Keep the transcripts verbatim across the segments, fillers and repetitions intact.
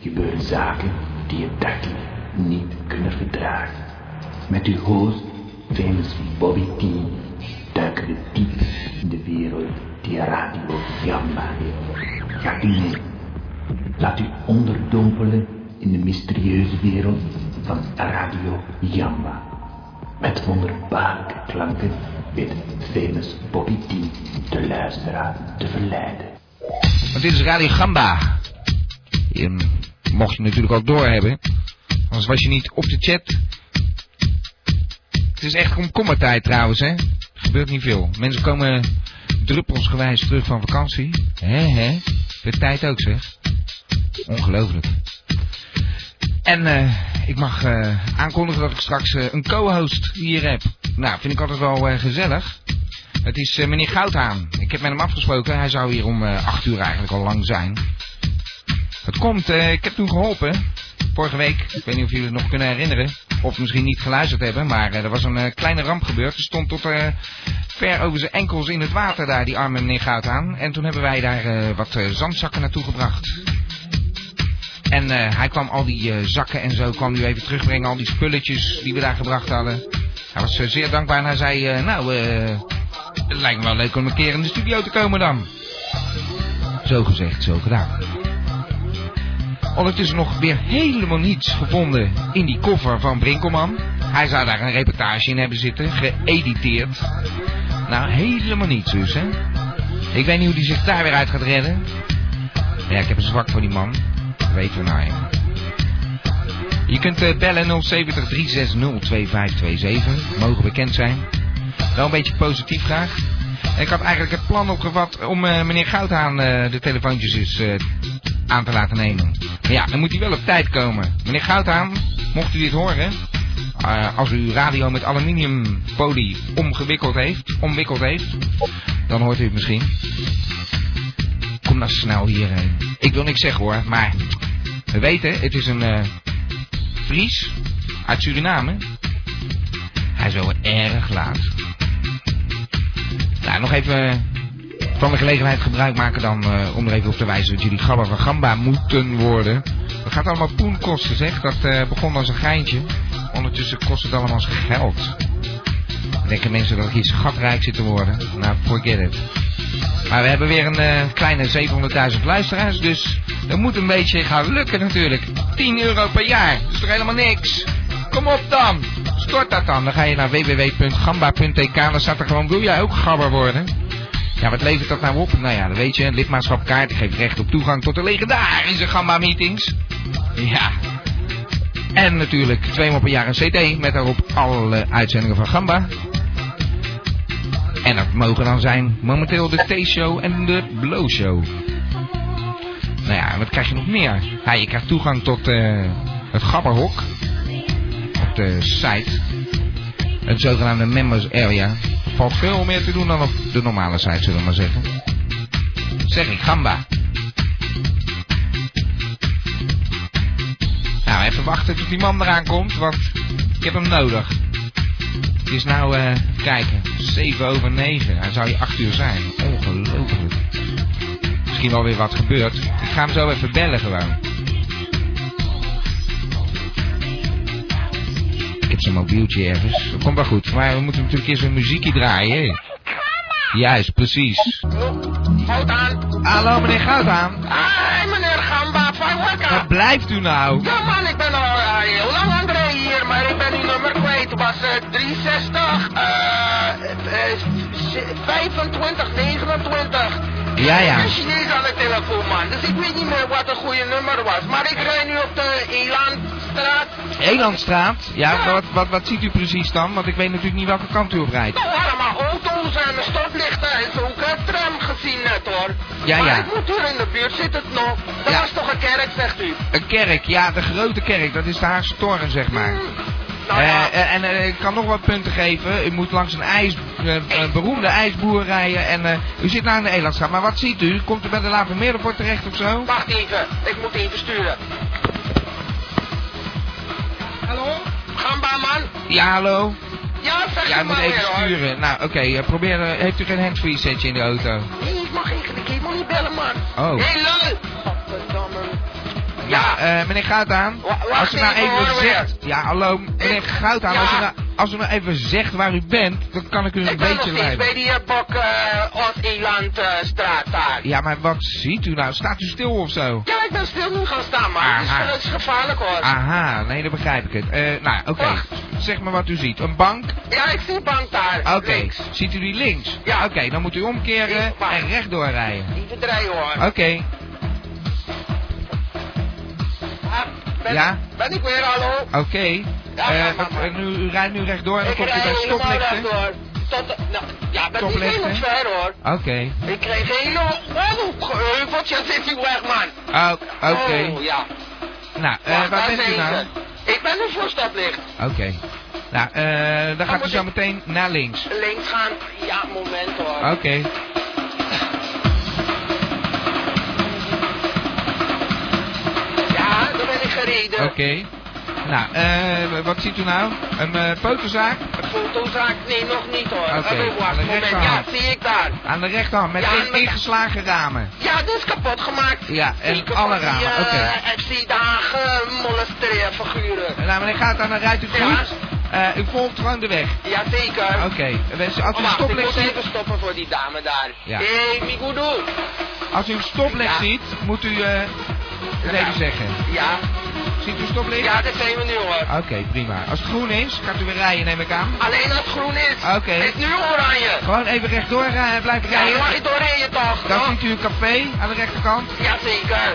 gebeuren zaken die je dagelijks niet kunnen verdragen. Met uw host, famous Bobby T, duiken we diep in de wereld die Radio Jamba heeft. Gaat u mee? Laat u onderdompelen in de mysterieuze wereld van Radio Jamba. Met wonderbaarlijke klanken weet famous Bobby T de luisteraar te verleiden. Want dit is Radio Gamba. Je mocht je natuurlijk al doorhebben. Anders was je niet op de chat. Het is echt komkommertijd trouwens, hè. Er gebeurt niet veel. Mensen komen druppelsgewijs terug van vakantie. Hè, hè. De tijd ook, zeg. Ongelooflijk. En uh, ik mag uh, aankondigen dat ik straks uh, een co-host hier heb. Nou, vind ik altijd wel uh, gezellig. Het is uh, meneer Goudhaan. Ik heb met hem afgesproken. Hij zou hier om uh, acht uur eigenlijk al lang zijn. Het komt, uh, ik heb toen geholpen. Vorige week. Ik weet niet of jullie het nog kunnen herinneren. Of misschien niet geluisterd hebben. Maar uh, er was een uh, kleine ramp gebeurd. Er stond tot uh, ver over zijn enkels in het water daar, die arme meneer Goudhaan. En toen hebben wij daar uh, wat uh, zandzakken naartoe gebracht. En uh, hij kwam al die uh, zakken en zo, kwam nu even terugbrengen. Al die spulletjes die we daar gebracht hadden. Hij was uh, zeer dankbaar en hij zei, uh, nou, uh, het lijkt me wel leuk om een keer in de studio te komen dan. Zo gezegd, zo gedaan. Ondertussen nog weer helemaal niets gevonden in die koffer van Brinkelman. Hij zou daar een reportage in hebben zitten, geëditeerd. Nou, helemaal niets dus, hè. Ik weet niet hoe hij zich daar weer uit gaat redden. Ja, ik heb een zwak voor die man. Dat weten we nou eenmaal. Je kunt uh, bellen nul zeven drie zes nul twee vijf twee zeven. Mogen bekend zijn. Wel een beetje positief graag. Ik had eigenlijk het plan opgevat om uh, meneer Goudhaan uh, de telefoontjes eens uh, aan te laten nemen. Maar ja, dan moet hij wel op tijd komen. Meneer Goudhaan, mocht u dit horen, uh, als u radio met aluminiumfolie omgewikkeld heeft, omwikkeld heeft, dan hoort u het misschien. Kom dan snel hierheen. Ik wil niks zeggen hoor, maar we weten, het is een uh, Fries uit Suriname. Hij is wel erg laat. Nou, nog even van de gelegenheid gebruik maken dan uh, om er even op te wijzen dat jullie Gabba van Gamba moeten worden. Dat gaat allemaal poen kosten, zeg. Dat uh, begon als een geintje. Ondertussen kost het allemaal geld. Dan denken mensen dat ik hier schatrijk zit te worden. Nou, forget it. Maar we hebben weer een uh, kleine zevenhonderdduizend luisteraars, dus dat moet een beetje gaan lukken natuurlijk. tien euro per jaar, dat is toch helemaal niks? Kom op dan, stort dat dan. Dan ga je naar w w w punt gamba punt t k, dan staat er gewoon, wil jij ook gabber worden? Ja, wat levert dat nou op? Nou ja, dat weet je, een lidmaatschapkaart, die geeft recht op toegang tot de legendarische Gamba-meetings. Ja. En natuurlijk tweemaal per jaar een cd met daarop alle uitzendingen van Gamba. En dat mogen dan zijn momenteel de T-show en de Blow-show. Nou ja, wat krijg je nog meer? Ja, je krijgt toegang tot uh, het Gabberhok. Op de site. Het zogenaamde Members Area. Er valt veel meer te doen dan op de normale site, zullen we maar zeggen. Zeg ik, Gamba. Nou, even wachten tot die man eraan komt, want ik heb hem nodig. Het is nou, uh, kijken, zeven over negen. Hij zou hier acht uur zijn. Ongelooflijk. Misschien wel weer wat gebeurd. Ik ga hem zo even bellen gewoon. Ik heb zijn mobieltje ergens. Dat komt wel goed. Maar we moeten natuurlijk eerst een muziekje draaien. Hè? Juist, precies. Goudhaan. Hallo meneer Goudhaan. Hoi meneer Gamba, van wakker. Waar blijft u nou? Ja man, ik ben al uh, heel lang aan het rijden hier, maar ik ben uw nummer kwijt. Het was uh, driehonderdzestig, uh, uh, vijfentwintig, negenentwintig. Ja, ja. Ik ben Chinees aan de telefoon, man. Dus ik weet niet meer wat een goede nummer was. Maar ik rij nu op de Elandstraat. Elandstraat? Ja, Ja. Wat, wat, wat ziet u precies dan? Want ik weet natuurlijk niet welke kant u op rijdt. Nou, allemaal auto's en stoplichten en zo. Ik heb tram gezien net, hoor. Ja, maar ja. ik moet hier in de buurt, zit het nog? Dat Ja. was toch een kerk, zegt u? Een kerk, ja, de grote kerk. Dat is de Haagse Toren, zeg maar. Hmm. Nou Uh, ja. uh, en uh, ik kan nog wat punten geven. U moet langs een ijs, uh, uh, beroemde ijsboer rijden. En uh, u zit nou in de Elandstraat. Maar wat ziet u? Komt u bij de Lavermeerderpoort terecht of zo? Wacht even, ik moet even sturen. Hallo? Gamba, man? Ja, hallo? Ja, zeg Ja, je u moet maar even weer, hoor. sturen. Nou, oké. Okay, uh, probeer... Uh, heeft u geen handsfree setje in de auto? Nee, ik mag eigenlijk helemaal niet bellen, man. Oh. Hé, hey, lul! Godverdamme. Ja, uh, meneer Goudhaan, Wa als u nou even, even zegt... Ja, hallo, meneer Goudhaan, ja. als, u nou, als u nou even zegt waar u bent, dan kan ik u een ik beetje ben nog leiden. bij die uh, Bok uh, Oost-Eland-straat uh, daar. Ja, maar wat ziet u nou? Staat u stil of zo? Ja, ik ben stil nu gaan staan, maar het is, het is gevaarlijk hoor. Aha, nee, dan begrijp ik het. Uh, nou, oké, okay. Zeg maar wat u ziet. Een bank? Ja, ik zie een bank daar, Oké, okay. links. Ziet u die links? Ja. Oké, okay, dan moet u omkeren en rechtdoor rijden. Even draaien hoor. Oké. Okay. Ah, ben, ja? Ben ik weer, hallo? Oké. Okay. Ja, uh, ja, maar, nu, u rijdt nu rechtdoor en dan ik komt u bij stoplichten? Tot, nou, ja, ben niet helemaal ver hoor. Oké. Okay. Ik kreeg een hele geheuveltje, zit u weg man. Oh, oké. Okay. Oh, ja. Nou, uh, Wacht, waar bent u nou? Ik ben nu voor stoplicht. Oké. Okay. Nou, uh, dan, dan gaat u zo meteen naar links. Links gaan? Ja, moment hoor. Oké. Okay. Ja, dan ben ik gereden. Oké. Okay. Nou, uh, wat ziet u nou? Een uh, fotozaak? Een fotozaak? Nee, nog niet hoor. Oké, okay. uh, wacht, moment. Ja, zie ik daar. Aan de rechterhand, met ja, in, ingeslagen ramen. Ja, dat is kapot gemaakt. Ja, en Zieke alle ramen, uh, oké. Okay. F C dagen, molesteerfiguren. Nou, meneer gaat dan, dan rijdt u goed. Ja. Uh, u volgt gewoon de weg. Ja, zeker. Oké, okay. Als u oh, een stoplicht ziet... ziet... even stoppen voor die dame daar. Ja. Hé, hey, Migudu. Als u een stoplicht ja. ziet, moet u uh, het ja. even zeggen. Ja. Ziet u stoplicht? Ja, dat zijn we nu hoor. Oké, okay, prima. Als het groen is, gaat u weer rijden, neem ik aan. Alleen als het groen is. Oké. Okay. Het is nu oranje. Gewoon even rechtdoor uh, blijven rijden. Ja, mag je doorrijden toch? Dan oh. ziet u een café aan de rechterkant. Jazeker.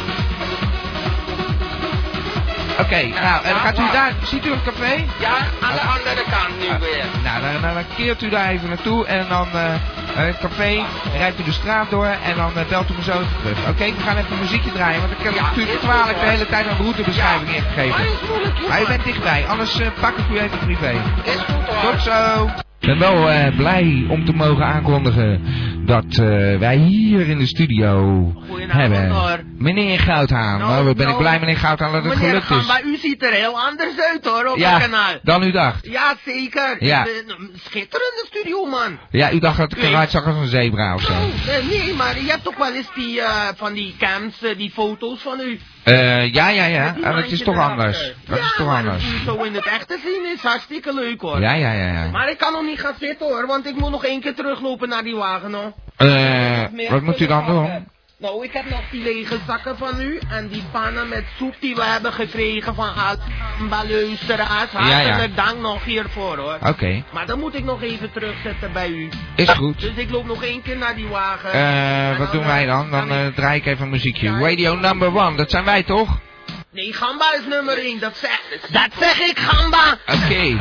Oké, okay, ja, nou, en dan gaat u daar, ziet u een café? Ja, aan de andere kant nu uh, weer. Nou, dan, dan, dan keert u daar even naartoe en dan uh, het café, rijdt u de straat door en dan uh, belt u me zo even terug. Oké, okay, we gaan even een muziekje draaien, want ik heb ja, natuurlijk kwalijk de hele tijd een routebeschrijving ja. ingegeven. Maar, maar u bent dichtbij, anders uh, pak ik u even privé. Is goed hoor. Tot zo. Ik ben wel uh, blij om te mogen aankondigen dat uh, wij hier in de studio hebben hoor. Meneer Goudhaan. Nou, nou, ben nou, ik blij meneer Goudhaan dat het gelukt is. Maar u ziet er heel anders uit hoor op ja, het kanaal. Dan u dacht. Ja, zeker. Ja. Schitterende studio man. Ja, u dacht dat ik eruit zag als een zebra of zo. Oh, nee, maar je hebt toch wel eens die uh, van die cams, uh, die foto's van u. Uh, ja, ja, ja. En dat is toch anders. Dat ja, is toch maar anders. U zo in het echt te zien is hartstikke leuk hoor. Ja, ja, ja, ja. Maar ik kan nog niet gaan zitten hoor, want ik moet nog één keer teruglopen naar die wagen hoor. Eh, uh, wat moet u dan doen? Nou, ik heb nog die lege zakken van u en die pannen met soep die we hebben gekregen van alle luisteraars. Hartelijk ja, ja. dank nog hiervoor hoor. Oké. Okay. Maar dan moet ik nog even terugzetten bij u. Is goed. Dus ik loop nog één keer naar die wagen. Eh, uh, wat doen wij dan? Dan uh, draai ik even een muziekje. Ja, Radio number one, dat zijn wij toch? Nee, Gamba is nummer één, dat zeg, dat zeg ik Gamba. Oké. Okay.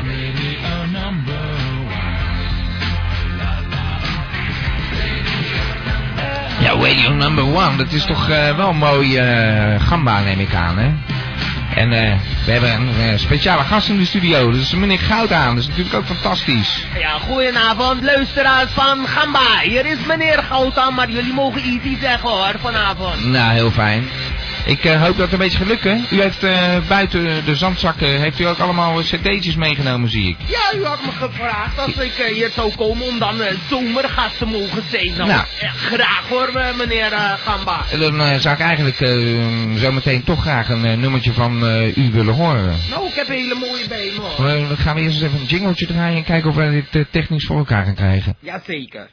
Ja, Radio number one, dat is toch uh, wel mooi uh, Gamba neem ik aan, hè? En uh, we hebben een uh, speciale gast in de studio, dat is meneer Goudhaan, dat is natuurlijk ook fantastisch. Ja, goedenavond luisteraars van Gamba, hier is meneer Goudhaan, maar jullie mogen iets zeggen hoor, vanavond. Nou, heel fijn. Ik uh, hoop dat het een beetje gaat lukken. U heeft uh, buiten de zandzakken, heeft u ook allemaal cd'tjes meegenomen, zie ik. Ja, u had me gevraagd als ik uh, hier zou komen om dan uh, zomergast te mogen zijn. Nou, nou. Uh, graag hoor, uh, meneer uh, Gamba. Dan uh, zou ik eigenlijk uh, zo meteen toch graag een uh, nummertje van uh, u willen horen. Nou, ik heb een hele mooie bij me hoor. Uh, dan gaan we eerst eens even een jingletje draaien en kijken of we dit uh, technisch voor elkaar gaan krijgen. Jazeker.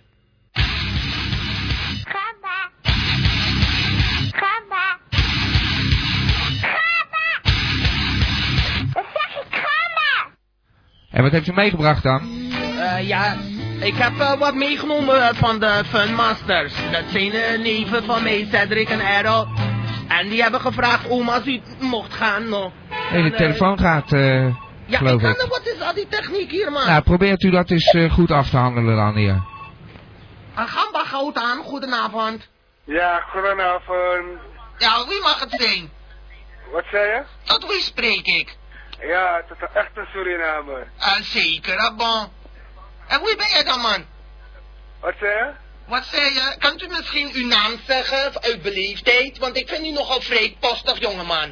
En wat heeft u meegebracht dan? Uh, ja, ik heb uh, wat meegenomen van de Funmasters. Dat zijn uh, neven van mij, Cedric en Errol. En die hebben gevraagd om als u mocht gaan nog. Nee, de telefoon uh, gaat, uh, ja, geloof ik. ik. Ja, wat is al die techniek hier, man? Nou, probeert u dat eens uh, goed af te handelen dan hier. Uh, Gamba Goudhaan, goedenavond. Ja, goedenavond. Ja, wie mag het zijn? Wat zei je? Tot wie spreek ik? Ja, het is echt een Surinamer. Ah, zeker, ah, bon. En wie ben jij dan, man? Wat zei je? Wat zei je? Kan u misschien uw naam zeggen, uit beleefdheid? Want ik vind u nogal vreedpostig, jongeman.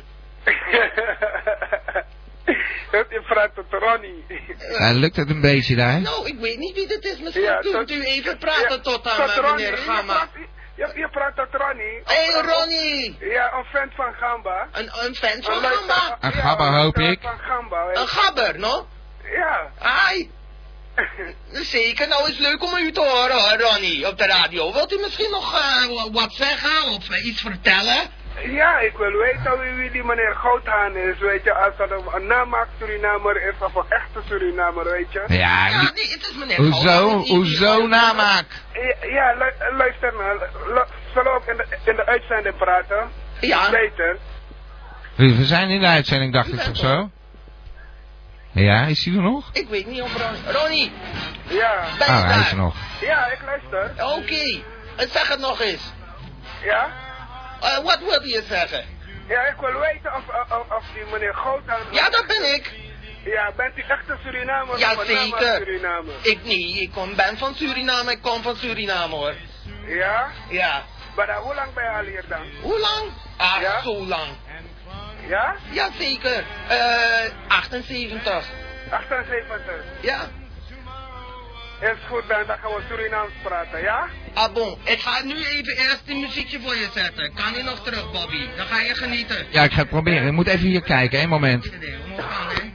Je vraagt het Ronnie. Ja, lukt het een beetje daar? Nou, ik weet niet wie dit is. Misschien ja, kunt tot, u even praten ja, tot aan tot uh, meneer Gamba. Je, Je, je praat tot Ronnie. Hé hey, Ronnie! Ja, een fan van Gamba. Een, een fan van Een Gamba? luisteraar- Een ja, gabber, hoop luisteraar ik. Van Gamba, weet je. Een gabber, no? Ja. Ai! Zeker, nou is leuk om u te horen hoor, Ronnie, op de radio. Wilt u misschien nog uh, wat zeggen of uh, iets vertellen? Ja, ik wil weten wie, wie die meneer Goudhaan is, weet je. Als dat een, een namaak Surinamer is of een echte Surinamer, weet je. Ja, Ja, die- nee, het is meneer hoezo, Goudhaan, die- die hoezo Goudhaan. namaak? Ja, ja lu- luister nou. Lu- Zullen we ook in de, in de uitzending praten? Ja. Beter. We we zijn in de uitzending, dacht ik toch zo? Ja, is hij er nog? Ik weet niet of Ronnie... Ronnie, Ja. ben je Oh, hij is er daar? nog. Ja, ik luister. Oké, okay. Zeg het nog eens. Ja? Uh, wat wilde je zeggen? Ja, ik wil weten of, of, of die meneer Goudhaan... Ja, dat ben ik. Ja, bent u echt een Surinamer? Ja, of een namaak zeker. Surinamer? Ik niet, ik kom, ben van Suriname, ik kom van Suriname hoor. Ja? Ja. Maar dan, hoe lang ben je al hier dan? Hoe lang? Ach, Ja? zo lang. Ja? Ja, zeker. Eh, achtenzeventig. achtenzeventig. Ja. Is goed, dan, dan gaan we Surinaams praten, ja? Ah bon, ik ga nu even eerst een muziekje voor je zetten. Kan je nog terug, Bobby? Dan ga je genieten. Ja, ik ga het proberen. Ik moet even hier kijken, één moment. We moeten gaan, hè.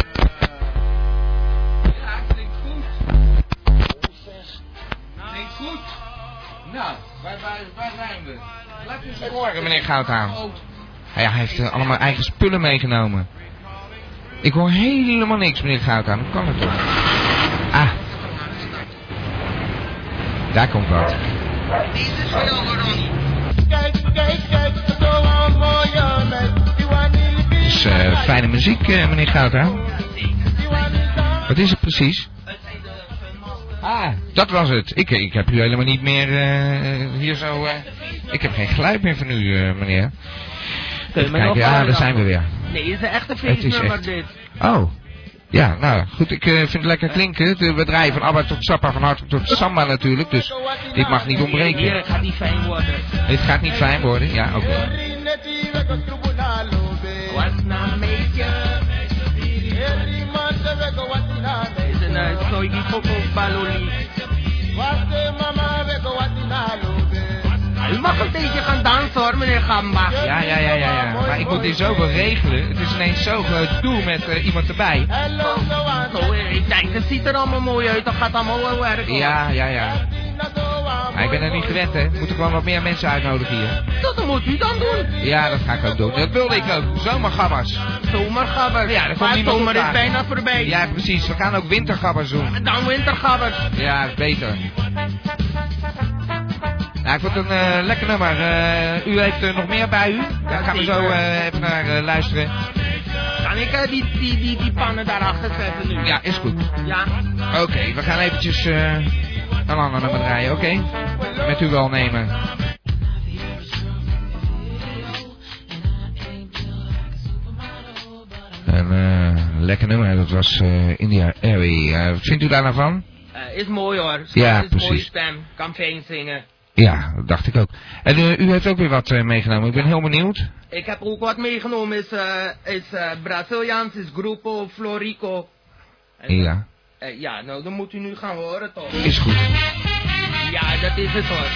Ja, klinkt goed. Klinkt goed. Nou, waar, waar, waar zijn we? Laat u eens horen, meneer Goudhaan. Ja, hij heeft uh, allemaal eigen spullen meegenomen. Ik hoor helemaal niks, meneer Goudhaan. Hoe kan het toch? Ah. Daar komt wat. Deze is voor jou, Ronnie. Het is uh, fijne muziek, uh, meneer Goudhaan. Wat is het precies? Ah, dat was het. Ik, ik heb u helemaal niet meer uh, hier zo... Uh, ik heb geen geluid meer van u, uh, meneer. Even kijken, ja, daar zijn we weer. Nee, het is een echte Het is feestnummer echt. dit. Oh. Ja, nou goed, ik uh, vind het lekker klinken. De- We draaien van Abba tot Sappa, van Hart tot Samba natuurlijk. Dus dit mag niet Hier, ontbreken. het gaat niet fijn worden. Dit gaat niet fijn worden. Ja, oké. Okay. Wat nou een beetje? Is een uh, soigi popo baloli. U mag een beetje gaan dansen hoor, meneer Gamba. Ja, ja, ja, ja, ja. Maar ik moet hier zoveel regelen. Het is ineens zo gedoe met uh, iemand erbij. Zo, eh, ik denk, het ziet er allemaal mooi uit, dat gaat allemaal wel werken. Ja, ja, ja. Maar ik ben er niet gewend, hè. We moeten gewoon wat meer mensen uitnodigen hier. Dat moet u dan doen. Ja, dat ga ik ook doen. Dat wilde ik ook. Zomergabbers. Zomergabbers. Ja, daar komt maar niemand zomer is opdagen. bijna voorbij. Ja, precies. We gaan ook wintergabbers doen. Dan wintergabbers. Ja, is beter. Nou, ik vond het een uh, lekker nummer. Uh, u heeft er nog meer bij u. Daar gaan we zo uh, even naar uh, luisteren. Kan ik uh, die, die, die, die pannen daarachter zetten nu? Ja, is goed. Ja. Oké, okay, we gaan eventjes uh, een ander nummer draaien, oké? Okay? Met u wel nemen. Een uh, lekker nummer, dat was uh, India Airway. Uh, wat vindt u daar nou van? Uh, is mooi hoor. Ja, is precies. mooie stem. Kan fijn zingen. Ja, dat dacht ik ook. En uh, u heeft ook weer wat uh, meegenomen. Ik ben heel benieuwd. Ik heb ook wat meegenomen. Is, uh, is uh, Braziliaans, is Grupo Florico. En, Ja. Uh, ja, nou dan moet u nu gaan horen toch. Is goed. Ja, dat is het hoor.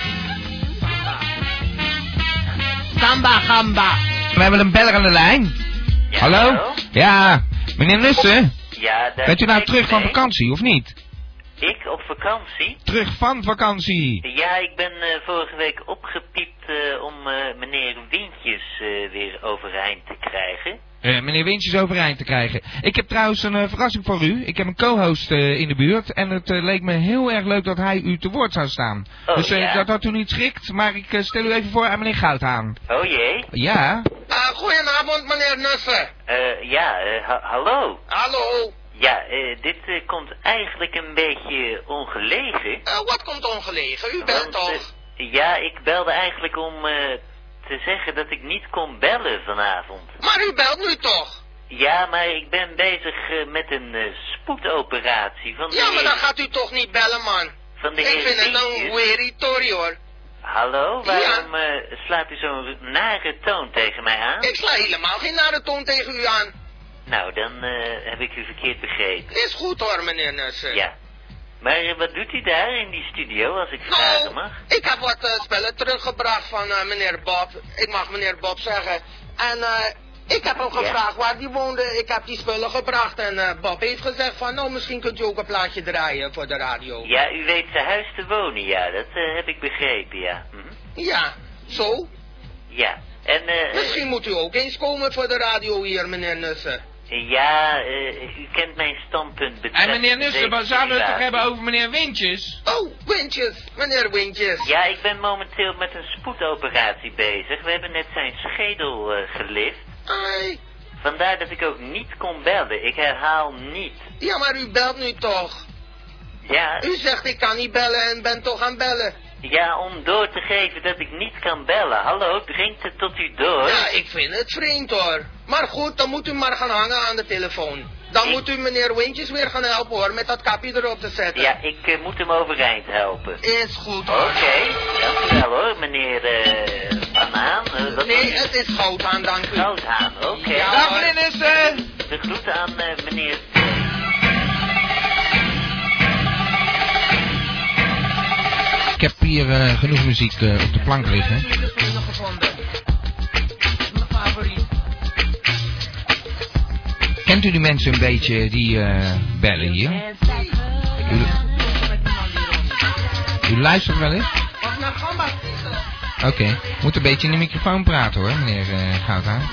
Samba Gamba. We hebben een beller aan de lijn. Ja, hallo? hallo? Ja, meneer Nussen. Ja, daar Bent u nou ben ik terug van mee. vakantie, of niet? Ik op vakantie? Terug van vakantie. Ja, ik ben uh, vorige week opgepiept uh, om uh, meneer Wintjes uh, weer overeind te krijgen. Uh, meneer Wintjes overeind te krijgen. Ik heb trouwens een uh, verrassing voor u. Ik heb een co-host uh, in de buurt. En het uh, leek me heel erg leuk dat hij u te woord zou staan. Oh, dus uh, ja? dat had u niet schrikt. Maar ik uh, stel u even voor aan meneer Goudhaan. Oh jee? Ja. Uh, goedenavond meneer Nussen. Uh, ja, uh, ha hallo. Hallo. Ja, uh, dit uh, komt eigenlijk een beetje ongelegen. Uh, wat komt ongelegen? U bent Want, toch? Uh, ja, ik belde eigenlijk om uh, te zeggen dat ik niet kon bellen vanavond. Maar u belt nu toch? Ja, maar ik ben bezig uh, met een uh, spoedoperatie van de Ja, maar heer- dan gaat u toch niet bellen man. van de Ik heer vind het Wintjes. een weeritori hoor. Hallo, waarom uh, slaat u zo'n nare toon tegen mij aan? Ik sla helemaal geen nare toon tegen u aan. Nou, dan uh, heb ik u verkeerd begrepen. Is goed hoor meneer Nussen. Ja. Maar uh, wat doet u daar in die studio, als ik vragen mag? Ik heb wat uh, spellen teruggebracht van uh, meneer Bob. Ik mag meneer Bob zeggen. En uh, ik heb hem gevraagd ja. waar die woonde. Ik heb die spullen gebracht en uh, Bob heeft gezegd van... nou, misschien kunt u ook een plaatje draaien voor de radio. Ja, u weet zijn huis te wonen, ja. Dat uh, heb ik begrepen, ja. Hm? Ja, zo? Ja. En, uh, misschien moet u ook eens komen voor de radio hier, meneer Nussen. Ja, uh, u kent mijn standpunt betreft... En meneer Nussen, we zouden het toch hebben over meneer Wintjes? Oh, Wintjes, meneer Wintjes. Ja, ik ben momenteel met een spoedoperatie bezig. We hebben net zijn schedel uh, gelift. Ai. Vandaar dat ik ook niet kon bellen. Ik herhaal niet. Ja, maar u belt nu toch? Ja. U zegt ik kan niet bellen en bent toch aan bellen. Ja, om door te geven dat ik niet kan bellen. Hallo, dringt het tot u door? Ja, ik vind het vreemd hoor. Maar goed, dan moet u maar gaan hangen aan de telefoon. Dan ik... moet u meneer Wintjes weer gaan helpen hoor, met dat kapje erop te zetten. Ja, ik uh, moet hem overeind helpen. Is goed hoor. Oké, okay, dank u wel hoor, meneer uh, Van Haan. Uh, wat nee, het is Goudhaan, dank u. Goudhaan, oké. Okay. Ja, dag meneer Nussen. De groeten aan uh, meneer... Ik heb hier uh, genoeg muziek uh, op de plank liggen. Ik heb het nog gevonden. Mijn favoriet. Kent u die mensen een beetje die uh, bellen hier? U, u luistert wel eens? Of naar Gamba. Oké, okay. Moet een beetje in de microfoon praten hoor, meneer uh, Goudhaan.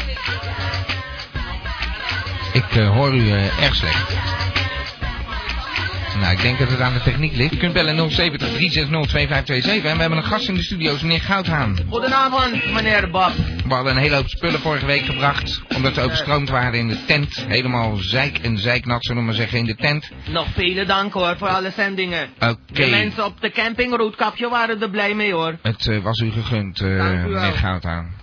Ik uh, hoor u uh, erg slecht. Nou, ik denk dat het aan de techniek ligt. Je kunt bellen nul zeven nul drie zes nul twee vijf twee zeven. En we hebben een gast in de studio's, meneer Goudhaan. Goedenavond, meneer Bob. We hadden een hele hoop spullen vorige week gebracht. Omdat ze overstroomd waren in de tent. Helemaal zeik en zeiknat, zullen we maar zeggen, in de tent. Nog vele dank hoor, voor alle zendingen. Oké. Okay. De mensen op de camping Roodkapje waren er blij mee hoor. Het uh, was u gegund, uh, meneer Goudhaan.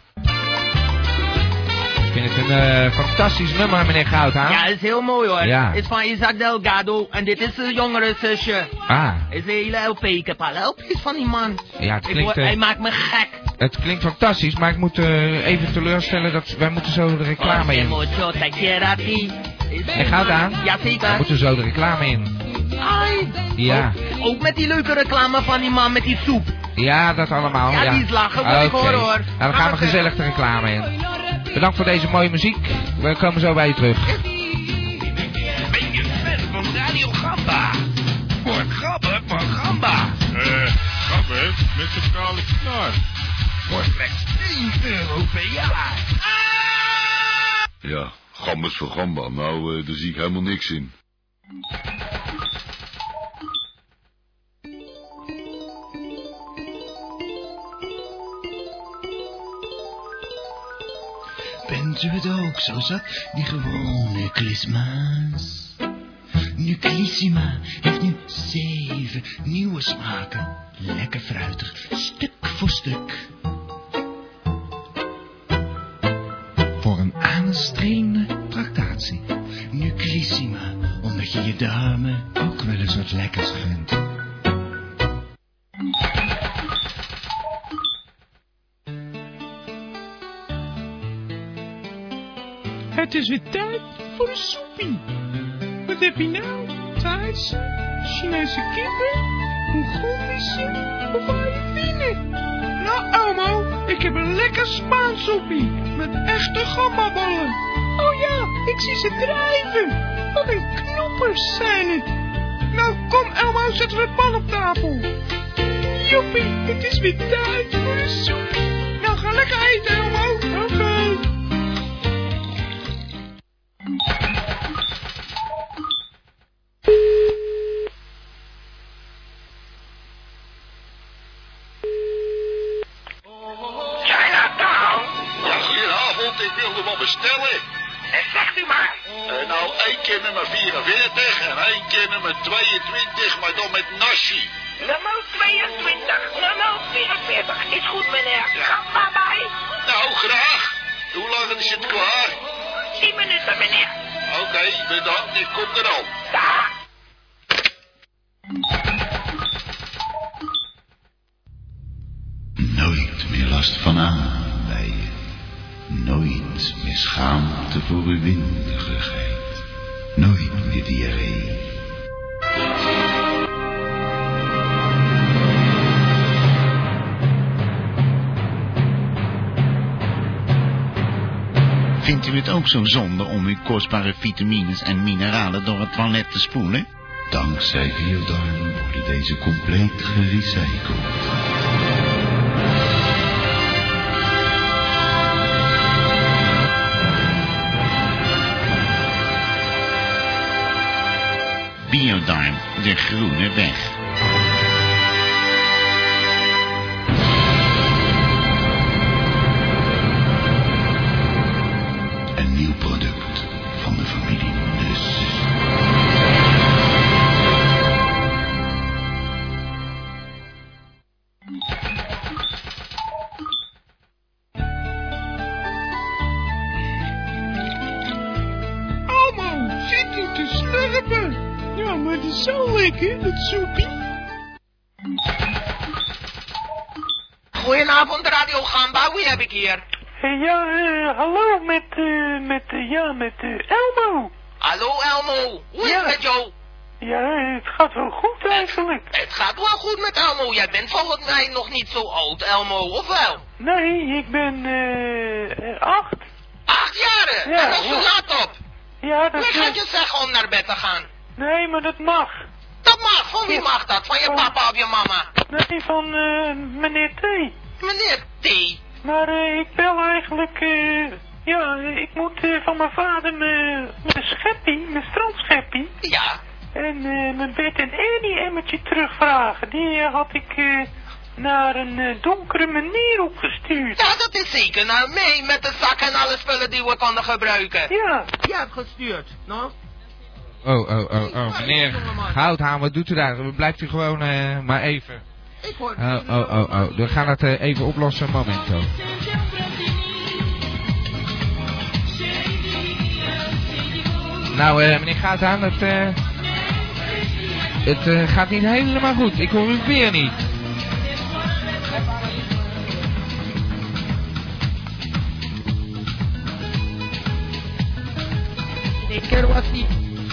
Ik vind het een uh, fantastisch nummer, meneer Goudhaan. Ja, is heel mooi hoor. Ja. Is van Isaac Delgado en dit is een jongere zusje. Ah. Is een hele L P. Ik heb alle L P's van die man. Ja, het ik klinkt... word, Uh, hij maakt me gek. Het klinkt fantastisch, maar ik moet uh, even teleurstellen dat wij moeten zo de reclame in. Meneer Goudhaan? Ja, zeker. We moeten zo de reclame in. Ai. Ja. Ook, ook met die leuke reclame van die man met die soep. Ja, dat allemaal. Ja, ja. die is lachen, moet okay. ik horen hoor. Nou, dan gaan we gezellig de reclame in. Bedankt voor deze mooie muziek. We komen zo bij je terug. Ben je fan van Radio Gamba? Voor Gabber van Gamba. Eh, uh, Gabber met zijn kale knar. Voor slechts één euro per jaar. Ah! Ja, Gambers voor Gamba. Nou, uh, daar zie ik helemaal niks in. Bent u het ook zo zat, die gewone klisma's? Nuclissima heeft nu zeven nieuwe smaken. Lekker fruitig, stuk voor stuk. Voor een aanstrengende tractatie. Nuclissima, omdat je je darmen ook wel eens wat lekkers gunt. Het is weer tijd voor een soepie. Wat heb je nou? Thais, Chinese kippen, Mongolische of Filipijnen? Nou, Elmo, ik heb een lekker Spaans soepie met echte gambaballen. Oh ja, ik zie ze drijven. Wat een knoppers zijn het. Nou, kom Elmo, zetten we het bal op tafel. Joepie, het is weer tijd voor een soepie. Nou, ga lekker eten, Elmo. Oké. Okay. Chinatown? Ja, goedenavond. Ik wilde wat bestellen. En zegt u maar. Uh, nou, één keer nummer vierenveertig en één keer nummer tweeëntwintig, maar dan met nasi. Nummer tweeëntwintig, nummer vierenveertig. Is goed, meneer. Ja. Gamba bij. Nou, graag. Hoe lang is het klaar? tien minuten, meneer. Oké, okay, bedankt. Ik kom er al. Ja. Nooit meer last van aanbijen. Nooit meer schaamte voor uw windigheid. Nooit meer diarree. Vindt u het ook zo zonde om uw kostbare vitamines en mineralen door het toilet te spoelen? Dankzij Biodarm worden deze compleet gerecycled. Biodarm, de groene weg. Een nieuw product van de familie Nus. Allemaal zit u te slurpen. Ja, maar het is zo lekker, dat soepie. Goedenavond, Radio Gamba. Wie heb ik hier? Ja, uh, hallo, met, uh, met, uh, ja, met uh, Elmo. Hallo, Elmo. Hoe is Ja. het met jou? Ja, het gaat wel goed eigenlijk. Het, het gaat wel goed met Elmo. Jij bent volgens mij nog niet zo oud, Elmo, of wel? Nee, ik ben, eh, acht. Acht jaren? Ja, en nog zo ja. laat op. Ja, dat Wie gaat je zeggen om naar bed te gaan? Nee, maar dat mag. Dat mag. Van wie Ja. mag dat? Van je Van- papa of je mama? Nee, van, eh, meneer T. Meneer T. Maar, eh, ik bel eigenlijk, eh, ja, ik moet eh, van mijn vader mijn, mijn scheppie, mijn strandscheppie. Ja. En eh, mijn Bert en Ernie emmertje terugvragen. Die eh, had ik eh, naar een eh, donkere meneer opgestuurd. Ja, dat is zeker. Nou, mee met de zak en alle spullen die we konden gebruiken. Ja. Je hebt gestuurd, no? Oh, oh, oh, oh, meneer Goudhaan, wat doet u daar? Blijft u gewoon uh, maar even. Ik hoor Oh, oh, oh, oh, we gaan het uh, even oplossen, momento. Nou, uh, meneer Goudhaan, het, uh, het uh, gaat niet helemaal goed. Ik hoor u weer niet. Zeker was niet.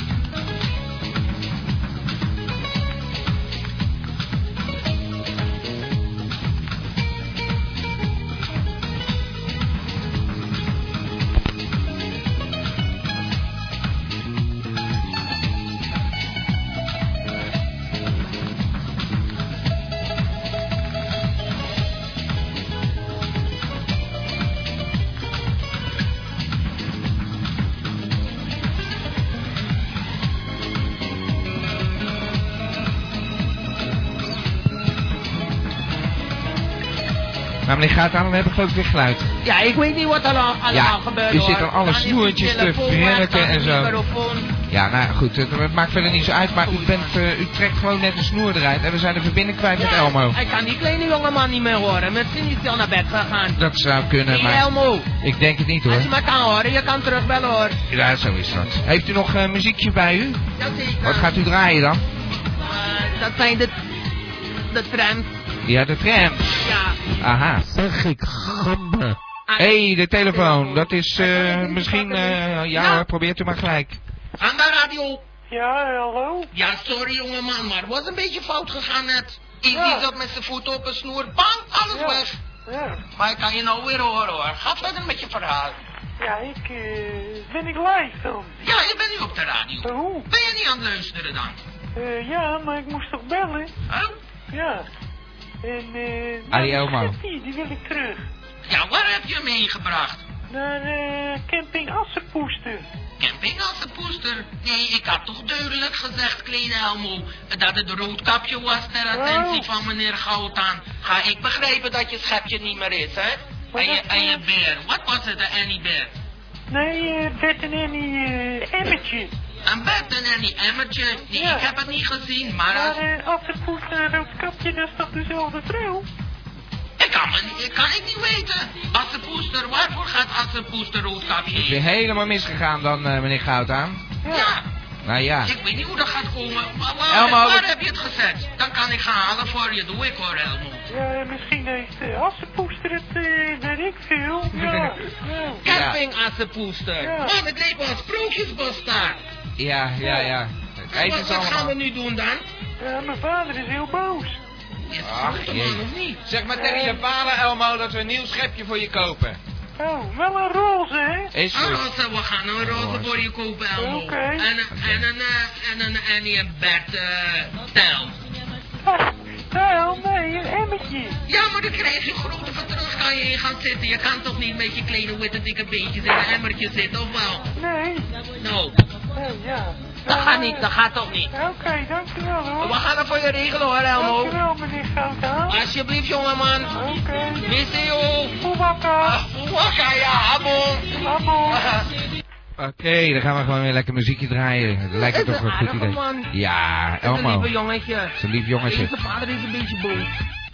Maar meneer Goudhaan, dan heb ik geloof ik weer geluid. Ja, ik weet niet wat er al- allemaal Ja, gebeurt. u hoor. zit aan alle Dan is die snoertjes te telefoon weg, wrinniken dan en is die zo. microfoon. Ja, nou goed, het, het maakt verder niet zo uit, maar u, bent, uh, u trekt gewoon net een snoer eruit en we zijn de verbinding kwijt met Elmo. Ik kan die kleine jongeman niet meer horen. Misschien is hij al naar bed gegaan. Dat zou kunnen, Hey, maar Elmo. ik denk het niet hoor. Als je me kan horen, je kan terugbellen hoor. Ja, zo is dat. Heeft u nog uh, muziekje bij u? Jazeker. Wat gaat u draaien dan? Uh, dat zijn de, de trams. Ja, de tram. Ja. Aha. Zeg ik, gamba. Hé, hey, de telefoon. Dat is uh, misschien... Uh, ja hoor, probeert u maar gelijk. Aan de radio. Ja, hallo? Ja, sorry jongeman, maar het was een beetje fout gegaan net. Easy Ja. zat met zijn voet op een snoer. Bang, alles Ja. weg. Ja. Maar ik kan je nou weer horen hoor. Ga verder met je verhaal. Ja, ik, eh, ben ik live dan? Ja, je bent nu op de radio. Hoe? Ben je niet aan het luisteren dan? Eh, ja, maar ik moest toch bellen? Huh? Ja. En, eh... Adi nou, Elmo. die scheppie, die wil ik terug. Ja, waar heb je hem heen gebracht? Naar, eh, camping Assenpoester. Camping als de poester. Nee, ik had toch duidelijk gezegd, kleine Elmo, dat het roodkapje was ter attentie van meneer Goudhaan. Ga ik begrijpen dat je schepje niet meer is, hè? En je, en je beer. Wat was het, een Annie beer? Nee, eh, Bert en Annie, eh, emmertje. Een Bert en Annie emmertje. Nee, Ja. ik heb het niet gezien, maar... Maar, als- eh, Assenpoester en roodkapje, dat is toch dezelfde vrouw? Ik kan, me niet, ik kan ik niet weten. Assenpoester, waarvoor gaat Assenpoester roodkapje Het is weer heen? helemaal misgegaan dan, uh, meneer Goudhaan. Ja, Nou ja. ik weet niet hoe dat gaat komen. Maar waar, Elmo, waar wat- heb je het gezet? Dan kan ik gaan halen voor je, doe ik hoor, Elmo. Ja, misschien heeft uh, Assenpoester het, eh, weet ik veel. Ja, ja. Camping Assenpoester. Ja. Man, het leek wel een sprookjesbos daar. Ja, ja, ja. Het En eten wat, is wat gaan we allemaal... nu doen dan? Ja, mijn vader is heel boos. Is het Ach, goed, jee. man, of niet? Zeg maar tegen je vader, Elmo, dat we een nieuw schepje voor je kopen. Oh, wel een roze, hè? Is Een goed. roze, we gaan een roze voor je kopen, Elmo. Oké. En, een- en, een, eh, en, een, en die Bert, eh, tel. Tel, nee, een emmertje. Ja, maar dan krijg je grote van terug, kan je in gaan zitten. Je kan toch niet met je kleine witte dikke beentjes in een emmertje zitten, of wel? Nee. Nou, Oh, ja. dat gaat niet, dat gaat toch niet. Oké, dankjewel hoor. We gaan het voor je regelen hoor, Elmo. Dankjewel, meneer Goudhaan. Alsjeblieft, jongeman. Oké. Mister jou. Oewakka. Wakka, ja, abo. Abo. Oké, dan gaan we gewoon weer lekker muziekje draaien. Dat lijkt me Het is toch wel een een goed aardige idee. man. Ja, Het is een Elmo. lieve jongetje. Het is een lief jongetje. Zijn vader is een beetje boos.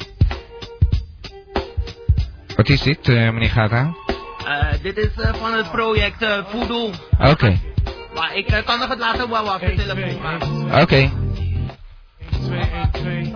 Wat is dit, uh, meneer Goudhaan? Uh, dit is uh, van het project uh, Voodoo. Oké. Okay. Maar ik uh, kan nog het laten wel af de telefoon gaan. Oké. Okay. één, twee, één, twee.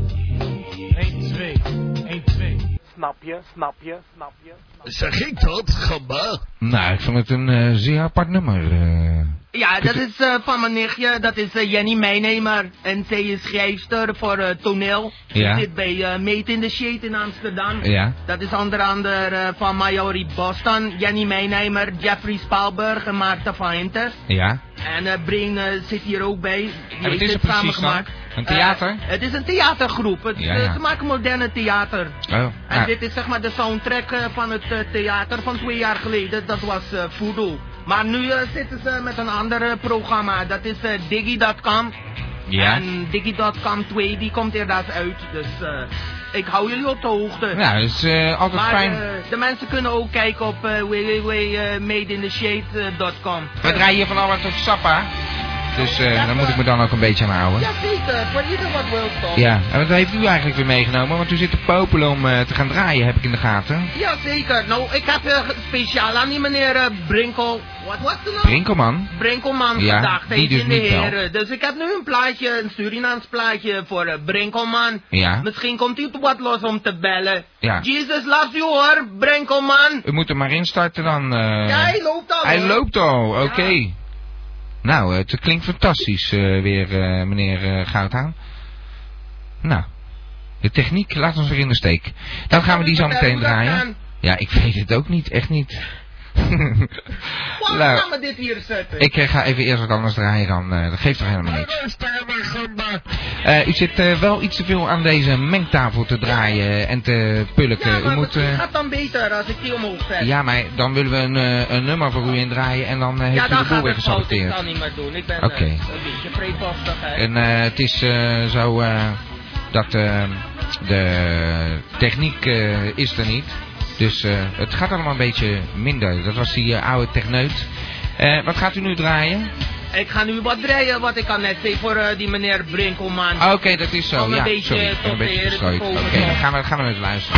één, twee, één, twee. Snap je, snap je, snap je. Zeg ik dat, Gamba? Nou, ik vond het een uh, zeer apart nummer. Uh... Ja, dat is uh, van mijn nichtje, dat is uh, Jenny Meenemer. En zij is schrijfster voor uh, toneel. Ja. Ze zit bij uh, Meet in the Shade in Amsterdam. Ja. Dat is onder andere uh, van Majorie Boston, Jenny Meenemer, Jeffrey Spalberg en Maarten van Hinter. Ja. En uh, Brain uh, zit hier ook bij. Die en wat is het precies dan? Een theater? Uh, het is een theatergroep. Het, ja, ja. Ze maken moderne theater. Oh, en ja. dit is zeg maar de soundtrack uh, van het uh, theater van twee jaar geleden. Dat was uh, Voodoo. Maar nu uh, zitten ze met een ander uh, programma. Dat is uh, Diggy punt com. Ja. En Diggy punt com twee die komt inderdaad uit. Dus uh, ik hou jullie op de hoogte. Ja, dat is uh, altijd maar, fijn. Maar uh, de mensen kunnen ook kijken op uh, w w w punt made in the shade punt com. We draaien hier van alles tot Sappa. Dus uh, ja, daar moet ik me dan ook een beetje aan houden. Ja, zeker. Voor ieder wat wil toch? Ja, en wat heeft u eigenlijk weer meegenomen? Want u zit te popelen om uh, te gaan draaien, heb ik in de gaten. Ja, zeker. Nou, ik heb uh, speciaal aan die meneer uh, Brinkel... Wat was het nou? Brinkelman? Brinkelman ja, gedacht. Hij die dus in de niet heren. wel. Dus ik heb nu een plaatje, een Surinaams plaatje voor uh, Brinkelman. Ja. Misschien komt hij wat los om te bellen. Ja. Jesus loves you hoor, Brinkelman. U moet hem maar instarten dan. Uh... Ja, hij loopt al. Hij hoor. loopt al, oké. Okay. Ja. Nou, het klinkt fantastisch uh, weer, uh, meneer uh, Goudhaan. Nou, de techniek laat ons weer in de steek. Dan gaan we die zo meteen draaien. Ja, ik weet het ook niet, echt niet. Waarom nou, gaan we dit hier zetten? Ik uh, ga even eerst wat anders draaien dan, uh, dat geeft toch helemaal niks. Uh, u zit uh, wel iets te veel aan deze mengtafel te draaien en te pulken. Ja, maar u moet, uh... het gaat dan beter als ik die omhoog zet. Ja, maar dan willen we een, uh, een nummer voor u indraaien en dan uh, heeft ja, u de boel weer gesaboteerd. Ja, dat kan niet meer doen. Ik ben okay. uh, een beetje vreedvastig. Hè. En uh, het is uh, zo uh, dat uh, de techniek uh, is er niet. Dus uh, het gaat allemaal een beetje minder. Dat was die uh, oude techneut. Uh, wat gaat u nu draaien? Ik ga nu wat draaien wat ik al net zei voor uh, die meneer Brinkelman. Oké, okay, dat is zo. Om ja, een beetje sorry. tot een beetje verstrooid. Oké, okay, dan gaan we, gaan we met luisteren.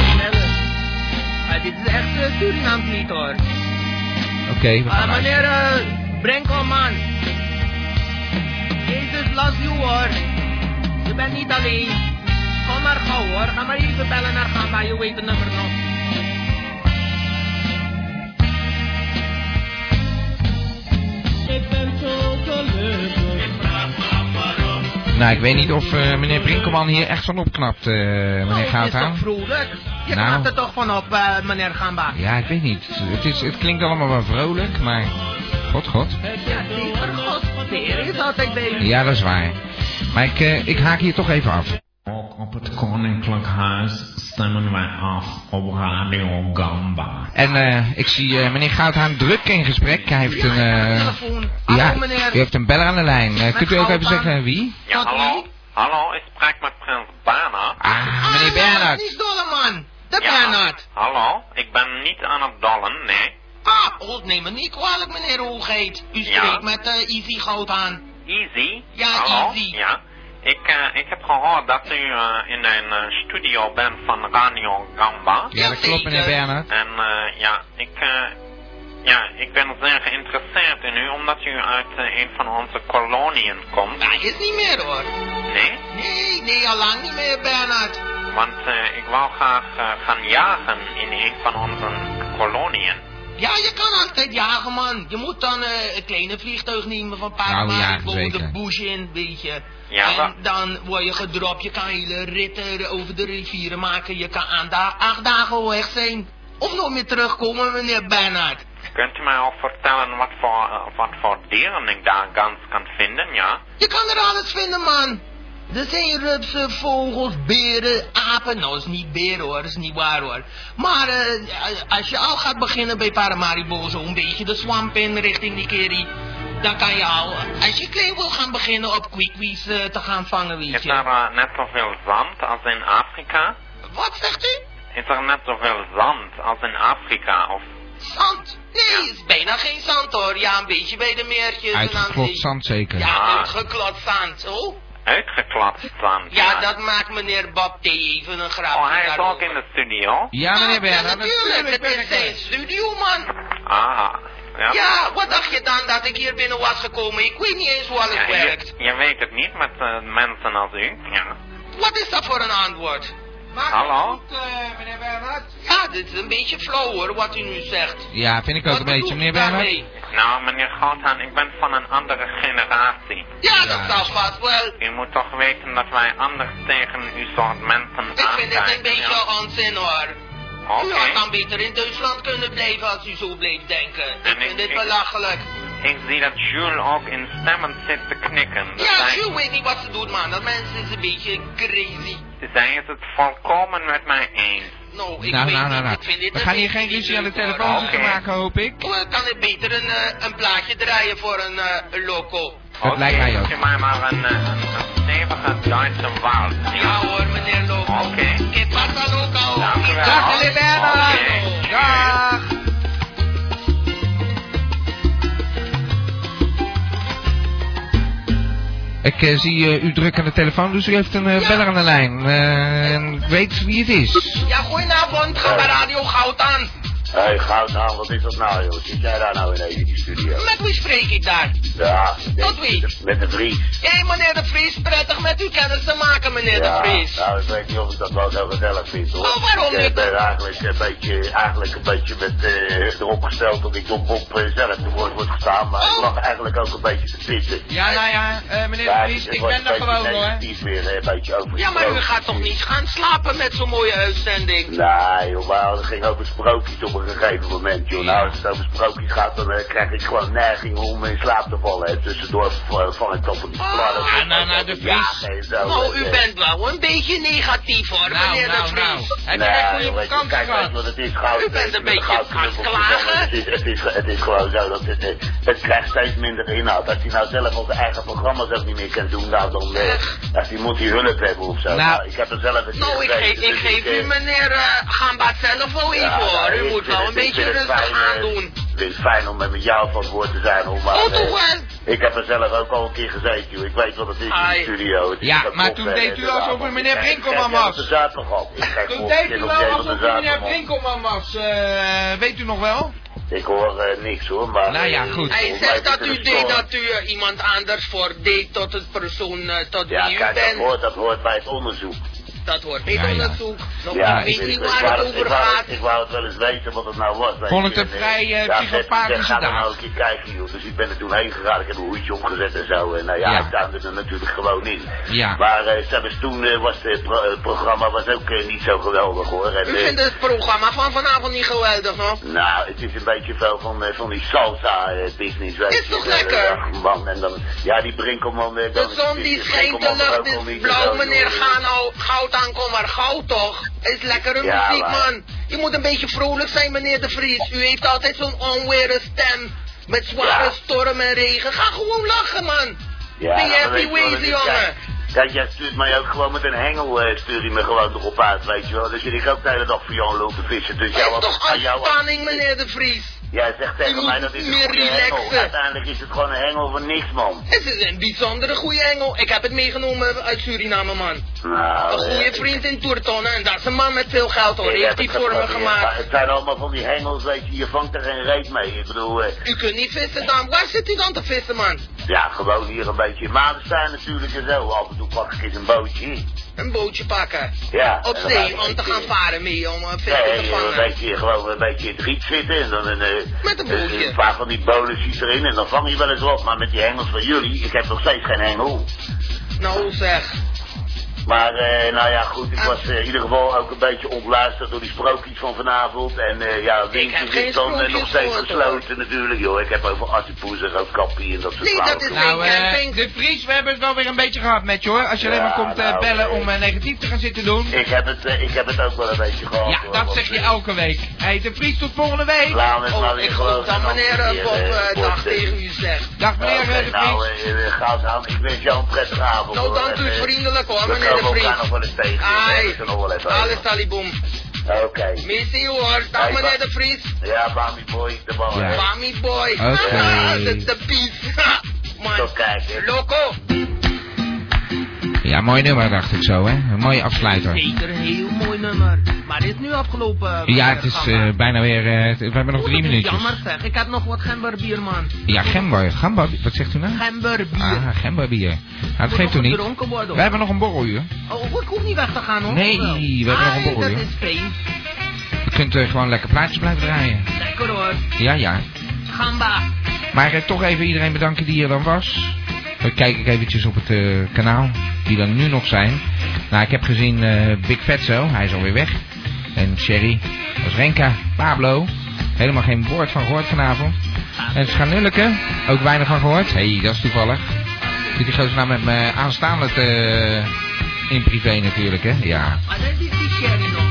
Uh, dit is echt uh, Surinaams lied hoor. Oké, okay, we gaan uh, Meneer uh, Brinkelman. Jezus loves you hoor. Je bent niet alleen. Kom maar gauw hoor. Ga maar even bellen naar Gamba. Je weet het nummer nog. Ik ben zo gelukkig. Ik vraag me waarom. Nou, ik weet niet of uh, meneer Brinkelman hier echt van opknapt, uh, meneer oh, Goudhaan. Het is toch vrolijk? Je nou, knapt er toch van op, uh, meneer Gamba? Ja, ik weet niet. Het, is, het klinkt allemaal wel vrolijk, maar... God, god. Ja, zeker god. De Heer is altijd bij u. Ja, dat is waar. Maar ik, uh, ik haak hier toch even af. Ook op het Koninklijk Huis stemmen wij af op Radio Gamba. En uh, ik zie uh, meneer Goudhaan druk in gesprek. Hij heeft een... Uh, ja, u heeft een beller aan de lijn. Uh, kunt u ook even zeggen wie? Ja, hallo. Hallo, ik spreek met prins Bernhard. Ah, meneer Bernhard. Niet dolle man. De ja, Bernhard. Hallo, ik ben niet aan het dollen, nee. Ah, oh, neem me niet kwalijk, meneer Hoogheid. U spreekt ja. met uh, Easy Goudhaan. Easy? Ja, hallo? Easy. Ja. Ik, uh, ik heb gehoord dat u uh, in een uh, studio bent van Radio Gamba. Ja, dat klopt, meneer Bernhard. En uh, ja, ik, uh, ja, ik ben zeer geïnteresseerd in u, omdat u uit uh, een van onze koloniën komt. Dat is niet meer hoor. Nee? Nee, nee, al lang niet meer, Bernhard. Want uh, ik wou graag uh, gaan jagen in een van onze koloniën. Ja, je kan altijd jagen, man. Je moet dan uh, een kleine vliegtuig nemen van een paar nou, maanden. Ja, boven de bush in, weet je. Ja, en maar... dan word je gedropt. Je kan hele ritten over de rivieren maken. Je kan aan da acht dagen weg zijn. Of nooit meer terugkomen, meneer Bernhard? Kunt u mij al vertellen wat voor, uh, wat voor dieren ik daar gans kan vinden, ja? Je kan er alles vinden, man. Er zijn rupsen, vogels, beren, apen. Nou, dat is niet beren hoor, dat is niet waar hoor. Maar uh, als je al gaat beginnen bij Paramaribo, zo een beetje de swamp in richting Nikeri, dan kan je al, als je klein wil gaan beginnen op kwikwies uh, te gaan vangen, weet je. Is er uh, net zoveel zand als in Afrika? Wat zegt u? Is er net zoveel zand als in Afrika, of... Zand? Nee, het is bijna geen zand hoor. Ja, een beetje bij de meertjes. Uitgeklot zand zeker. Ja, Ah. uitgeklot zand, oh. Uitgeklapt zand, Ja, ja. dat maakt meneer Bob T. even een grapje. Oh, hij is daarover. ook in de studio? Ja, meneer Ja, Bernhard, natuurlijk, het ben is ik zijn er. studio, man. Ah, ja. Ja, wat dacht je dan dat ik hier binnen was gekomen? Ik weet niet eens hoe alles Ja, werkt. je, je weet het niet met uh, mensen als u, ja. Wat is dat voor een antwoord? Hallo? meneer Bernhard? Ja, dit is een beetje flauw hoor, wat u nu zegt. Ja, vind ik ook Wat een beetje, bedoelt meneer u Bernhard. daarmee? Nou, meneer Goudhaan, ik ben van een andere generatie. Ja, dat zal vast wel. U moet toch weten dat wij anders tegen uw soort mensen Ik vind het een beetje ja. onzin hoor. Oké. U had dan beter in Duitsland kunnen blijven als u zo bleef denken. Ik En vind ik- dit ik- belachelijk. Ik zie dat Jules ook instemmend zit te knikken. Dus Ja, zij, Jules weet niet wat ze doet man. Dat mensen is een beetje crazy. zij is het volkomen met mij eens. Nou, ik Nou, weet nou, niet. nou, nou. Ik vind dit We een gaan hier beetje geen niet ruzie aan de leuk, hoor. telefoon Oké. te maken, hoop ik. Oh, dan kan ik beter een, uh, een plaatje draaien voor een, uh, een loco. Dat lijkt mij ook. Geef mij maar een, uh, een, een stevige Duitse wals. Ja hoor, meneer Loco. Oké. Ik pas dan ook al. Dank u wel. Dag, meneer Bernhard. Oké. Dag. Ik uh, zie uh, u druk aan de telefoon, dus u heeft een uh, Ja. beller aan de lijn. Uh, en weet wie het is. Ja, goedenavond. Ga bij Radio Goud aan. Hé, hey, Goudhaan, wat is dat nou, joh? Zit jij daar nou ineens in die studio? Met wie spreek ik daar? Ja, Tot wie? met de Vries. Hé, hey, meneer de Vries. Prettig met u kennis te maken, meneer Ja, de Vries. nou, ik weet niet of ik dat wel zo gezellig vind, hoor. Oh, waarom Ik eh, niet? ben eigenlijk een beetje, eigenlijk een beetje met, eh, erop gesteld dat ik door Bob eh, zelf te woord word gestaan, maar ik Oh. lag eigenlijk ook een beetje te pissen. Ja, nou ja, uh, meneer Ja, de Vries, het ik was ben er een beetje gewoon hoor. negatief weer, eh, een beetje over. Ja, maar u gaat toch niet gaan slapen met zo'n mooie uitzending? Nee, joh, maar het ging over sprookjes op een gegeven moment, joh. Nou, als het over sprookjes gaat, dan eh, krijg ik gewoon neiging om in slaap te vallen. En tussendoor val val ik toch op die flarden. Ah, nou, nou, de Vries. Nou, u bent wel een beetje negatief hoor, Nou, meneer nou, de nou. Vries. Heb je geen goede joh, weet je, vakantie kijk, weet je gehad? wat het is, goud. U bent een met beetje goudknuppel aan het klagen. vervangen. Het is, het, is, het is gewoon zo dat het, het, het krijgt steeds minder inhoud. Als hij nou zelf al zijn eigen programma's ook niet meer kan doen, nou dan eh, als die moet hij hulp hebben of zo. Nou. Nou, ik heb er zelf een Nou, ik, geef, ik geef u meneer uh, Gamba zelf wel even hoor. U moet wel een beetje rustig aan doen. Ik vind het fijn om met jou van het woord te zijn, hoor. Maar, Oh, eh, toch wel? ik heb er zelf ook al een keer gezeten, joh. Ik weet wat het is in Ai. de studio. Het is Ja, dat maar klopt, toen hè, deed u inderdaad, alsof u want meneer ik krijg- Brinkelman ik krijg was. de zaterdag. Ik krijg Toen voor- deed ik u heb wel op de alsof u meneer zaterdag. Brinkelman was. Uh, weet u nog wel? Ik hoor uh, niks, hoor. Maar, Nou ja, eh, goed. Hij volgens mij zegt is dat het u een deed storm. dat u uh, iemand anders voor deed tot het persoon uh, tot Ja, wie u kijk, dat bent. hoort, dat hoort bij het onderzoek. Dat hoort niet Ja, ja. onderzoek. Nog Ja, ik weet ik, niet ik, waar wou het het, ik, over wou, gaat. het- ik wou het wel eens weten wat het nou was. weet Vond je. het een En, vrij, eh, eh, ja, psychopathische Ga dan dag. nou een keer kijken, joh. Dus ik ben er toen heen gegaan. Ik heb een hoedje opgezet en zo. En nou ja, Ja. ik duimde er natuurlijk gewoon in. Ja. Maar uh, zelfs toen uh, was het pro uh, programma was ook uh, niet zo geweldig, hoor. En, U uh, vindt het programma van vanavond niet geweldig, nog? nou, het is een beetje veel van, uh, van die salsa-business, weet Is je. toch En, uh, lekker? ja, man, en dan, ja, die Brinkelman... Uh, De zon die schijnt, de lucht is blauw, meneer Ga nou goud aan, kom maar goud toch? Is lekkere Ja, muziek, maar- man. Je moet een beetje vrolijk zijn, meneer de Vries. U heeft altijd zo'n onweer stem. Met zware Ja. storm en regen. Ga gewoon lachen, man. Ja, Be maar happy weet je wat het wezen, is? jongen. Kijk, Kijk, jij stuurt mij ook gewoon met een hengel, uh, stuur je me gewoon erop uit, weet je wel. Dan zit ik ook de hele dag voor jou lul te vissen. Dus Dat jou, is toch aan jou, ontspanning, meneer de Vries? jij zegt Je tegen moet mij dat is een meer goede hengel. relaxen. Uiteindelijk is het gewoon een hengel van niks, man. Het is een bijzondere goede engel. Ik heb het meegenomen uit Suriname, man. Nou, Een goede eh, vriend in Toertonnen. En dat is een man met veel geld, hoor. ik Heeft heb hij het voor me geprobeerd, maar gemaakt. Het zijn allemaal van die hengels, weet je, je vangt er geen reet mee. Ik bedoel, eh, U kunt niet vissen dan. Waar zit u dan te vissen, man? ja, gewoon hier een beetje in Madenstein natuurlijk en zo. Af en toe pak ik eens een bootje. Een bootje pakken. Ja. Op en dan zee, ga ik om een te beetje- gaan varen mee, om een vis Nee, te een vangen. beetje, gewoon een beetje in het riet zitten en dan een, eh, Met een een, bootje. een paar van die bolusjes erin en dan vang je wel eens wat. Maar met die hengels van jullie, ik heb nog steeds geen hengel. Nou zeg. Maar, uh, nou ja, goed, ik was uh, in ieder geval ook een beetje ontluisterd door die sprookjes van vanavond. En uh, ja, Winkjes is dan uh, nog steeds gesloten natuurlijk, joh. Ik heb over Assepoes en Roodkappie en dat soort dingen. Nee, dat is nou, uh, de Vries, we hebben het wel weer een beetje gehad met je, hoor. Als je ja, alleen maar komt uh, nou, bellen uh, om uh, negatief te gaan zitten doen. Ik heb het, uh, ik heb het ook wel een beetje gehad. Ja, hoor, dat zeg je elke week. Hé, hey, de Vries, tot volgende week. Laat het oh, maar weer ik geloof dat meneer uh, Bob uh, uh, dag tegen u zegt. Dag meneer uh, okay, de Vries. Nou, uh, uh, gaat aan. Ik wens jou een prettige avond. Nou, dank u vriendelijk hoor, meneer de Vries. Nog wel eens tegen. Ai, alles taliboom. Oké. Okay. Missie hoor, dag hey, meneer de Vries. Ja, Bami boy, de bal. Ja. Bami boy. Oké. Okay. De, de beat. Man, zo kijken. Loco. Ja, mooi nummer dacht ik zo, hè. Een mooie afsluiter. Zeker, een heel mooi nummer. Maar het is nu afgelopen. Ja, het is uh, bijna weer... Uh, we hebben nog drie minuutjes. Jammer zeg, ik heb nog wat gemberbier, man. Ja, gember. Gember, wat zegt u nou? Gemberbier. Ah, gemberbier. Nou, dat geeft u niet. We hebben nog een borreluur. Oh, ik hoef niet weg te gaan, hoor. Nee, we hebben nog een borreluur. Dat is fijn. Je kunt uh, gewoon lekker plaatjes blijven draaien. Lekker hoor. Ja, ja. Gamba. Maar uh, toch even iedereen bedanken die er dan was. Dan kijk ik eventjes op het uh, kanaal, die er nu nog zijn. Nou, ik heb gezien uh, Big Fatso, hij is alweer weg. En Sherry, Osrenka, Pablo, helemaal geen woord van gehoord vanavond. En Schanulleke, ook weinig van gehoord. Hé, hey, dat is toevallig. Zit die gozer nou met me aanstaande te, uh, in privé natuurlijk, hè? Ja. Maar dat is die Sherry nog.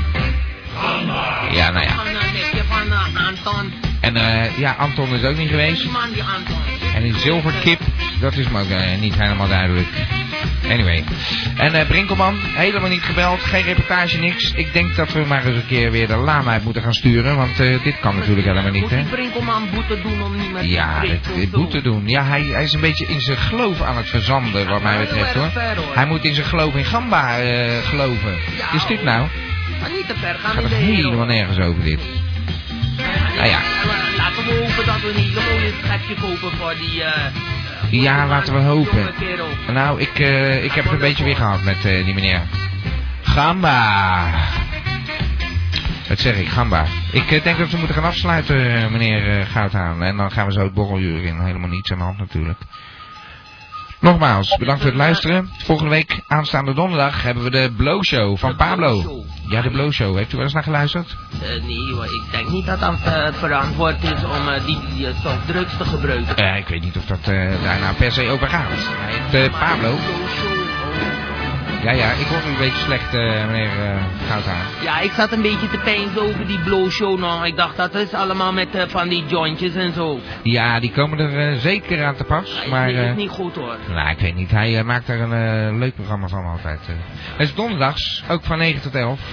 Ja, nou ja. Van, uh, van uh, Anton. En uh, ja, Anton is ook niet geweest. Die man die Anton. En die zilverkip, dat is me ook uh, niet helemaal duidelijk. Anyway. En uh, Brinkelman, helemaal niet gebeld, geen reportage, niks. Ik denk dat we maar eens een keer weer de lama uit moeten gaan sturen, want uh, dit kan natuurlijk helemaal niet, hè. Moet die Brinkelman boete doen om niet met ja, dit boete doen. Ja, hij, hij is een beetje in zijn geloof aan het verzanden, wat mij betreft, hoor. Hij moet in zijn geloof in Gamba uh, geloven. Is dit nou? Maar niet te ver gaan. Gaat er helemaal nergens over dit. Nou ja. Laten we hopen dat we niet gewoon een schepje kopen voor die... Uh, ja, laten we hopen. Nou, ik, uh, ik heb het een beetje weer gehad met uh, die meneer. Gamba. Dat zeg ik, Gamba. Ik uh, denk dat we moeten gaan afsluiten, uh, meneer uh, Goudhaan. En dan gaan we zo het borreluur in. Helemaal niets aan de hand natuurlijk. Nogmaals, bedankt voor het luisteren. Volgende week, aanstaande donderdag, hebben we de Blow Show van Pablo. Ja, de Blow Show. Heeft u wel eens naar geluisterd? Uh, nee, hoor. Ik denk niet dat dat uh, verantwoord is om uh, die, die uh, softdrugs te gebruiken. Uh, ik weet niet of dat uh, daar nou per se over gaat. De Pablo. Ja, ja, ik hoor u een beetje slecht, uh, meneer uh, Goudhaan. Ja, ik zat een beetje te peinzen over die Blow Show nog. Ik dacht, dat is allemaal met uh, van die jointjes en zo. Ja, die komen er uh, zeker aan te pas. Ja, maar dat uh, is niet goed, hoor. Nou, ik weet niet. Hij uh, maakt er een uh, leuk programma van altijd. Uh. Het is donderdags, ook van negen tot elf.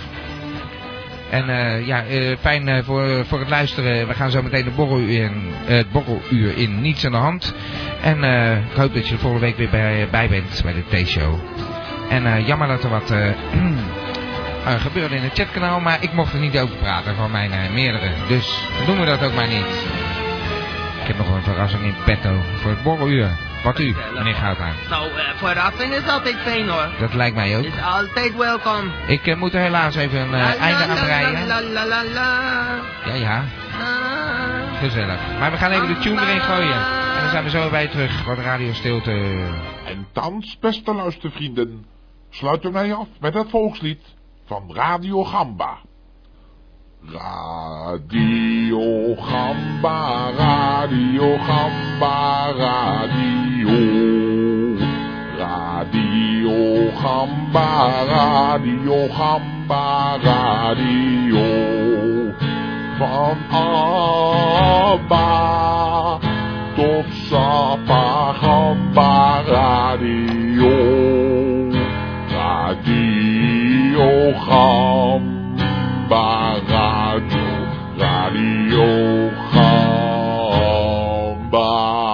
En uh, ja, uh, fijn uh, voor, voor het luisteren. We gaan zo meteen de borreluur in, uh, het borreluur in. Niets aan de hand. En uh, ik hoop dat je de volgende week weer bij, bij bent bij de T-show. En uh, jammer dat er wat uh, uh, gebeurde in het chatkanaal, maar ik mocht er niet over praten van mijn uh, meerdere. Dus doen we dat ook maar niet. Ik heb nog een verrassing in petto voor het borreluur. Wat u, meneer Goudhaan? Nou, uh, verrassing is altijd fijn, hoor. Dat lijkt mij ook. Is altijd welkom. Ik uh, moet er helaas even een uh, einde aan breien. La, la, la, la. Ja, ja. La. Gezellig. Maar we gaan even de tune erin gooien. En dan zijn we zo bij terug. Wat radio stilte. En thans, beste luistervrienden, sluiten wij af met het volkslied van Radio Gamba. Radio Gamba, Radio Gamba, Radio. Radio Gamba, Radio Gamba, Radio. Van Abba tot Sapa Gamba, Radio. Radio Gamba, Radio, Radio Gamba.